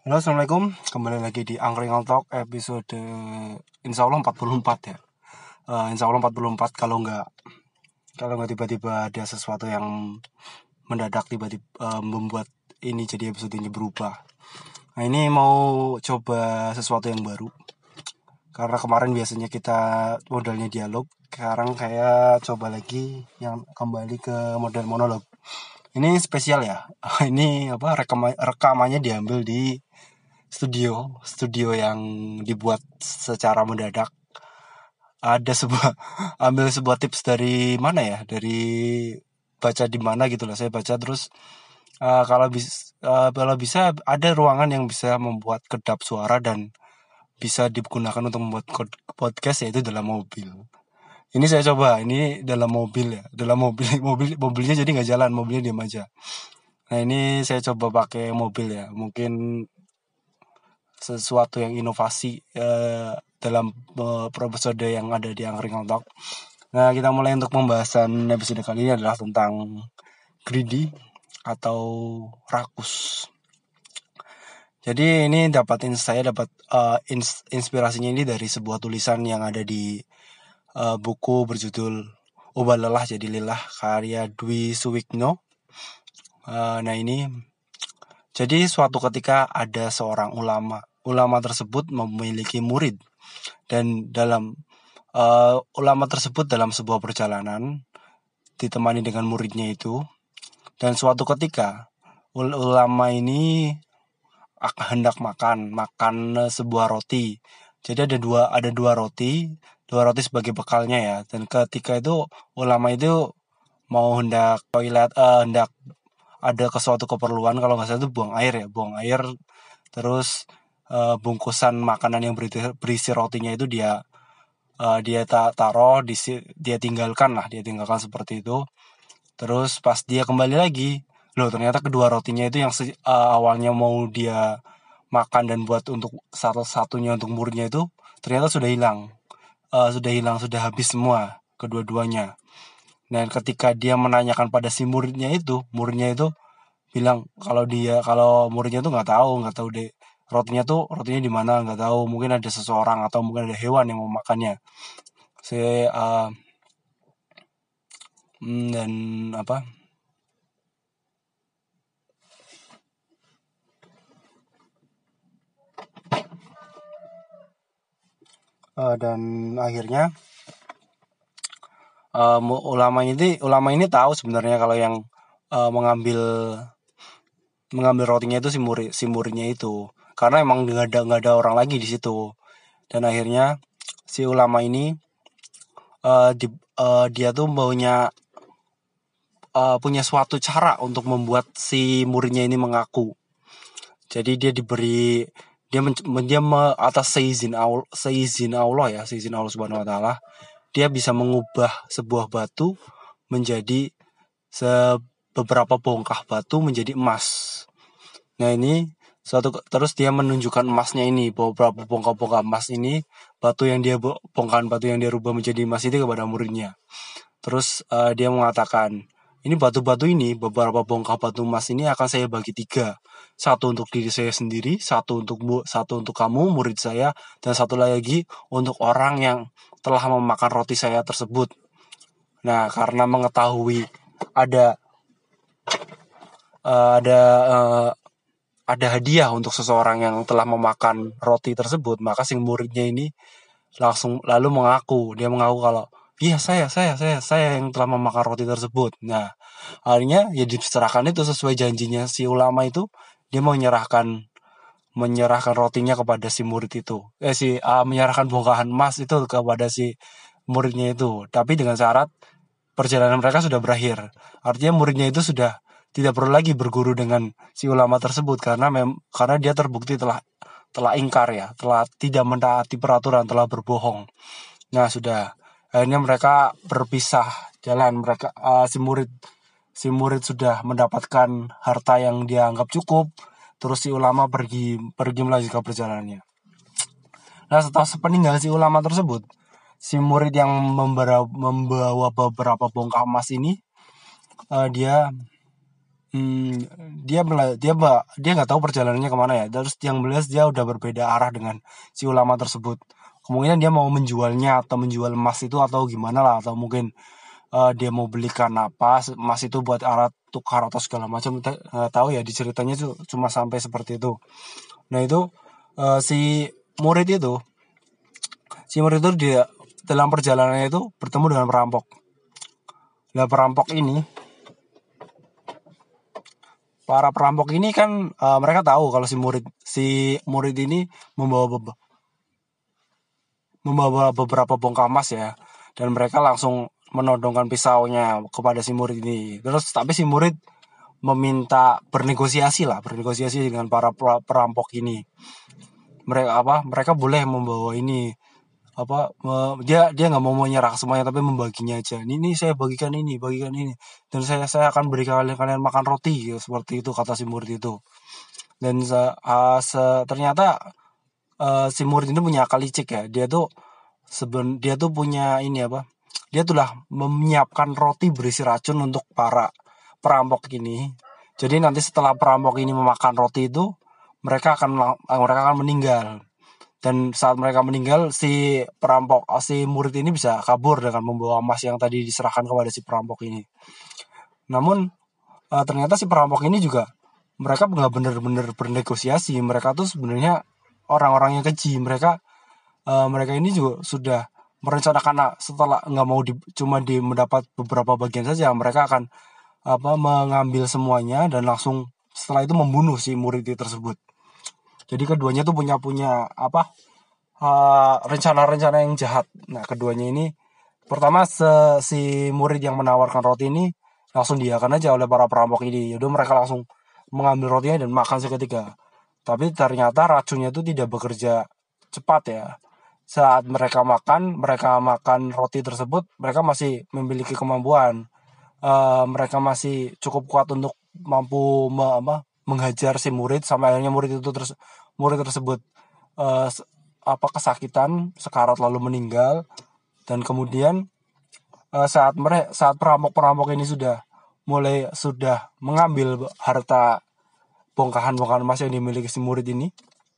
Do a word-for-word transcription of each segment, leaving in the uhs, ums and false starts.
Halo, Assalamualaikum. Kembali lagi di Angkringan Talk episode insya Allah empat puluh empat ya. Uh, insya Allah empat puluh empat kalau nggak kalau nggak tiba-tiba ada sesuatu yang mendadak tiba-tiba uh, membuat ini jadi episode ini berubah. Nah, ini mau coba sesuatu yang baru. Karena kemarin biasanya kita modalnya dialog, sekarang kayak coba lagi yang kembali ke model monolog. Ini spesial ya. Ini apa rekam- rekamannya diambil di studio studio yang dibuat secara mendadak. Ada sebuah ambil sebuah tips dari mana ya, dari baca di mana gitu lah, saya baca terus uh, kalau bisa uh, kalau bisa ada ruangan yang bisa membuat kedap suara dan bisa digunakan untuk membuat podcast, yaitu dalam mobil. Ini saya coba, ini dalam mobil ya, dalam mobil mobil mobilnya jadi nggak jalan, mobilnya diam aja. Nah, ini saya coba pakai mobil ya, mungkin sesuatu yang inovasi eh, dalam eh, episode yang ada di Angkringan Talk. Nah, kita mulai untuk pembahasan episode kali ini adalah tentang greedy atau rakus. Jadi ini dapatin saya dapat uh, ins- inspirasinya ini dari sebuah tulisan yang ada di uh, buku berjudul Ubah Lelah Jadi Lelah karya Dwi Suwikno. Uh, nah ini jadi suatu ketika ada seorang ulama. Ulama tersebut memiliki murid, dan dalam uh, ulama tersebut dalam sebuah perjalanan ditemani dengan muridnya itu, dan suatu ketika ul- ulama ini hendak makan makan sebuah roti. Jadi ada dua ada dua roti, dua roti sebagai bekalnya ya. Dan ketika itu ulama itu mau hendak toilet, uh, hendak ada ke suatu keperluan, kalau nggak salah itu buang air ya, buang air. Terus uh, bungkusan makanan yang berisi, berisi rotinya itu dia uh, dia ta- taruh di dia tinggalkan lah, dia tinggalkan seperti itu. Terus pas dia kembali lagi, loh ternyata kedua rotinya itu yang se- uh, awalnya mau dia makan dan buat untuk satu-satunya untuk muridnya itu ternyata sudah hilang. Uh, sudah hilang, sudah habis semua kedua-duanya. Dan ketika dia menanyakan pada si muridnya itu, muridnya itu bilang kalau dia kalau muridnya tuh nggak tahu nggak tahu deh rotinya tuh rotinya di mana, nggak tahu, mungkin ada seseorang atau mungkin ada hewan yang mau makannya. Saya uh, mm, dan apa uh, dan akhirnya uh, ulama ini ulama ini tahu sebenarnya kalau yang uh, mengambil mengambil rotinya itu si murid si muridnya itu, karena emang nggak ada nggak ada orang lagi di situ. Dan akhirnya si ulama ini uh, di, uh, dia tuh maunya uh, punya suatu cara untuk membuat si muridnya ini mengaku. Jadi dia diberi dia men, dia me, atas seizin Allah, seizin Allah ya, seizin Allah Subhanahu wa taala, dia bisa mengubah sebuah batu menjadi se beberapa bongkah batu menjadi emas. Nah, ini suatu terus dia menunjukkan emasnya ini, beberapa bongkah-bongkah emas ini, batu yang dia bongkahan batu yang dia rubah menjadi emas itu kepada muridnya. Terus uh, dia mengatakan, ini batu-batu ini, beberapa bongkah batu emas ini akan saya bagi tiga. Satu untuk diri saya sendiri, satu untuk satu untuk kamu, murid saya, dan satu lagi untuk orang yang telah memakan roti saya tersebut. Nah, karena mengetahui ada uh, ada uh, ada hadiah untuk seseorang yang telah memakan roti tersebut, maka si muridnya ini langsung lalu mengaku, dia mengaku kalau iya saya saya saya saya yang telah memakan roti tersebut. Nah, akhirnya ya diserahkan itu sesuai janjinya si ulama itu, dia mau menyerahkan menyerahkan rotinya kepada si murid itu, eh si uh, menyerahkan bongkahan emas itu kepada si muridnya itu, tapi dengan syarat perjalanan mereka sudah berakhir. Artinya muridnya itu sudah tidak perlu lagi berguru dengan si ulama tersebut, karena mem karena dia terbukti telah telah ingkar ya, telah tidak mentaati peraturan, telah berbohong. Nah, sudah akhirnya mereka berpisah jalan. Mereka uh, si murid si murid sudah mendapatkan harta yang dia anggap cukup, terus si ulama pergi pergi melanjutkan perjalanannya. Nah, setelah sepeninggal si ulama tersebut, si murid yang membawa, membawa beberapa bongkah emas ini, uh, dia Hmm, dia bela- dia ba- dia nggak tahu perjalanannya kemana ya. Terus yang jelas dia udah berbeda arah dengan si ulama tersebut. Kemungkinan dia mau menjualnya atau menjual emas itu atau gimana lah, atau mungkin eh, dia mau belikan apa emas itu buat alat tukar atau segala macam. Kita nggak tahu ya, di ceritanya tuh cuma sampai seperti itu. Nah itu eh, si murid itu si murid itu dia dalam perjalanannya itu bertemu dengan perampok. Nah perampok ini para perampok ini kan eh, mereka tahu kalau si murid si murid ini membawa beba- membawa beberapa bongkah emas ya, dan mereka langsung menodongkan pisaunya kepada si murid ini. Terus tapi si murid meminta bernegosiasi lah, bernegosiasi dengan para pra- perampok ini. Mereka apa? Mereka boleh membawa ini apa? me- dia dia nggak mau menyerah semuanya tapi membaginya aja. Ini, ini saya bagikan ini, bagikan ini, dan saya saya akan beri kalian kalian makan roti gitu, seperti itu kata si murid itu. Dan se, uh, se- ternyata uh, si murid ini punya akal licik ya. Dia tuh seben dia tuh punya ini apa? Dia tuh lah menyiapkan roti berisi racun untuk para perampok ini. Jadi nanti setelah perampok ini memakan roti itu, mereka akan mereka akan meninggal. Dan saat mereka meninggal, si perampok, si murid ini bisa kabur dengan membawa emas yang tadi diserahkan kepada si perampok ini. Namun uh, ternyata si perampok ini juga mereka nggak benar-benar bernegosiasi. Mereka tuh sebenarnya orang-orang yang keji. Mereka uh, mereka ini juga sudah merencanakan setelah nggak mau di, cuma di mendapat beberapa bagian saja, mereka akan apa mengambil semuanya dan langsung setelah itu membunuh si murid tersebut. Jadi keduanya tuh punya punya apa uh, rencana-rencana yang jahat. Nah keduanya ini pertama se, si murid yang menawarkan roti ini langsung diakan aja oleh para perampok ini. Yaudah mereka langsung mengambil rotinya dan makan seketika. Tapi ternyata racunnya itu tidak bekerja cepat ya. Saat mereka makan, mereka makan roti tersebut, mereka masih memiliki kemampuan. Uh, mereka masih cukup kuat untuk mampu me, apa, menghajar si murid sampai akhirnya murid itu terus murid tersebut uh, apa kesakitan, sekarat lalu meninggal. Dan kemudian uh, saat mereka saat perampok-perampok ini sudah mulai sudah mengambil harta bongkahan-bongkahan emas yang dimiliki si murid ini,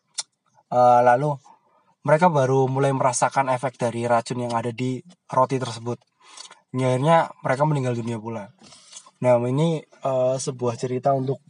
uh, lalu mereka baru mulai merasakan efek dari racun yang ada di roti tersebut. Akhirnya mereka meninggal dunia pula. Nah ini uh, sebuah cerita untuk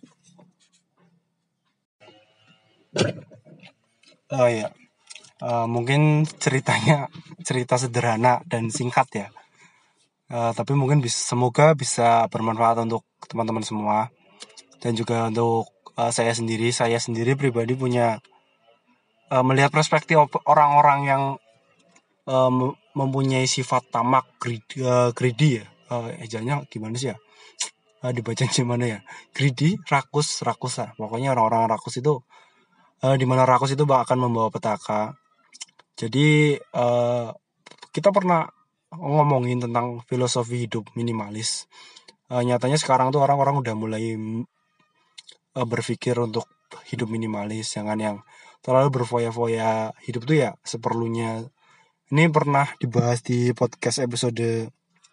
oh ya uh, mungkin ceritanya cerita sederhana dan singkat ya. Uh, tapi mungkin bisa, semoga bisa bermanfaat untuk teman-teman semua dan juga untuk uh, saya sendiri. Saya sendiri pribadi punya uh, melihat perspektif orang-orang yang uh, mempunyai sifat tamak greedy, uh, greedy ya. Uh, ejanya gimana sih ya? Uh, dibaca gimana ya? Greedy, rakus, rakus lah. Pokoknya orang-orang rakus itu uh, di mana rakus itu akan membawa petaka. Jadi uh, kita pernah ngomongin tentang filosofi hidup minimalis. Uh, nyatanya sekarang tuh orang-orang udah mulai uh, berpikir untuk hidup minimalis, jangan yang terlalu berfoya-foya. Hidup tuh ya seperlunya. Ini pernah dibahas di podcast episode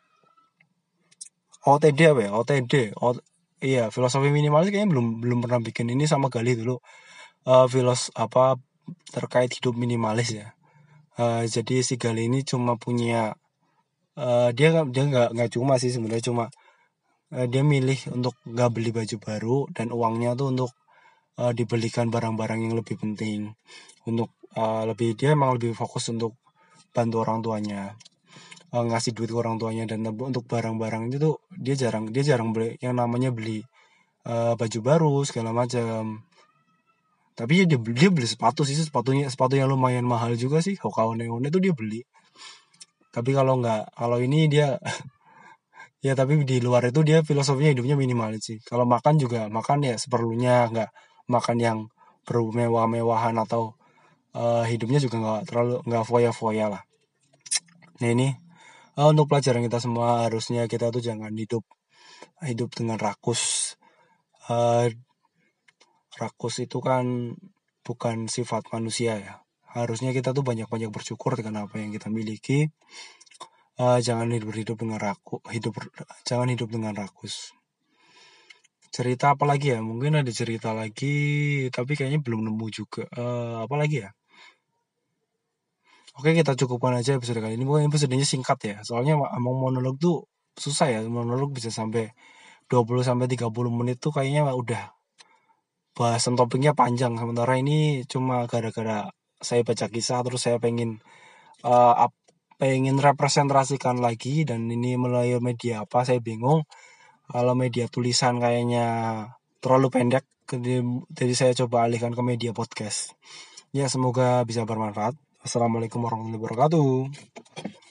O T D apa ya? O T D. O, iya, filosofi minimalis kayaknya belum belum pernah bikin ini sama Gali dulu. Uh, filos apa terkait hidup minimalis ya. Uh, jadi si Gali ini cuma punya uh, dia nggak dia nggak nggak cuma sih sebenarnya cuma uh, dia milih untuk nggak beli baju baru dan uangnya tuh untuk uh, dibelikan barang-barang yang lebih penting, untuk uh, lebih dia emang lebih fokus untuk bantu orang tuanya, uh, ngasih duit ke orang tuanya, dan untuk barang-barang itu tuh dia jarang dia jarang beli yang namanya beli uh, baju baru segala macam. Tapi ya dia, dia beli sepatu sih, sepatunya sepatu yang lumayan mahal juga sih, Hoka One One itu dia beli. Tapi kalau nggak kalau ini dia ya tapi di luar itu dia filosofinya hidupnya minimalis sih. Kalau makan juga makan ya seperlunya, nggak makan yang bermewah-mewahan atau uh, hidupnya juga nggak terlalu nggak foya-foya lah. Nah ini uh, untuk pelajaran kita semua, harusnya kita tuh jangan hidup hidup dengan rakus. Uh, rakus itu kan bukan sifat manusia ya. Harusnya kita tuh banyak-banyak bersyukur dengan apa yang kita miliki. Uh, jangan hidup hidup dengan raku hidup jangan hidup dengan rakus. cerita apa lagi ya? Mungkin ada cerita lagi, tapi kayaknya belum nemu juga. Eh, apa lagi ya? Oke, kita cukupkan aja episode kali ini. Mungkin episodenya singkat ya. Soalnya emang monolog tuh susah ya. Monolog bisa sampai dua puluh sampai tiga puluh menit tuh kayaknya udah bahasan topiknya panjang. Sementara ini cuma gara-gara saya baca kisah terus saya pengen eh, ap- pengen representasikan lagi, dan ini melalui media apa saya bingung. Kalau media tulisan kayaknya terlalu pendek, jadi jadi saya coba alihkan ke media podcast. Ya, semoga bisa bermanfaat. Assalamualaikum warahmatullahi wabarakatuh.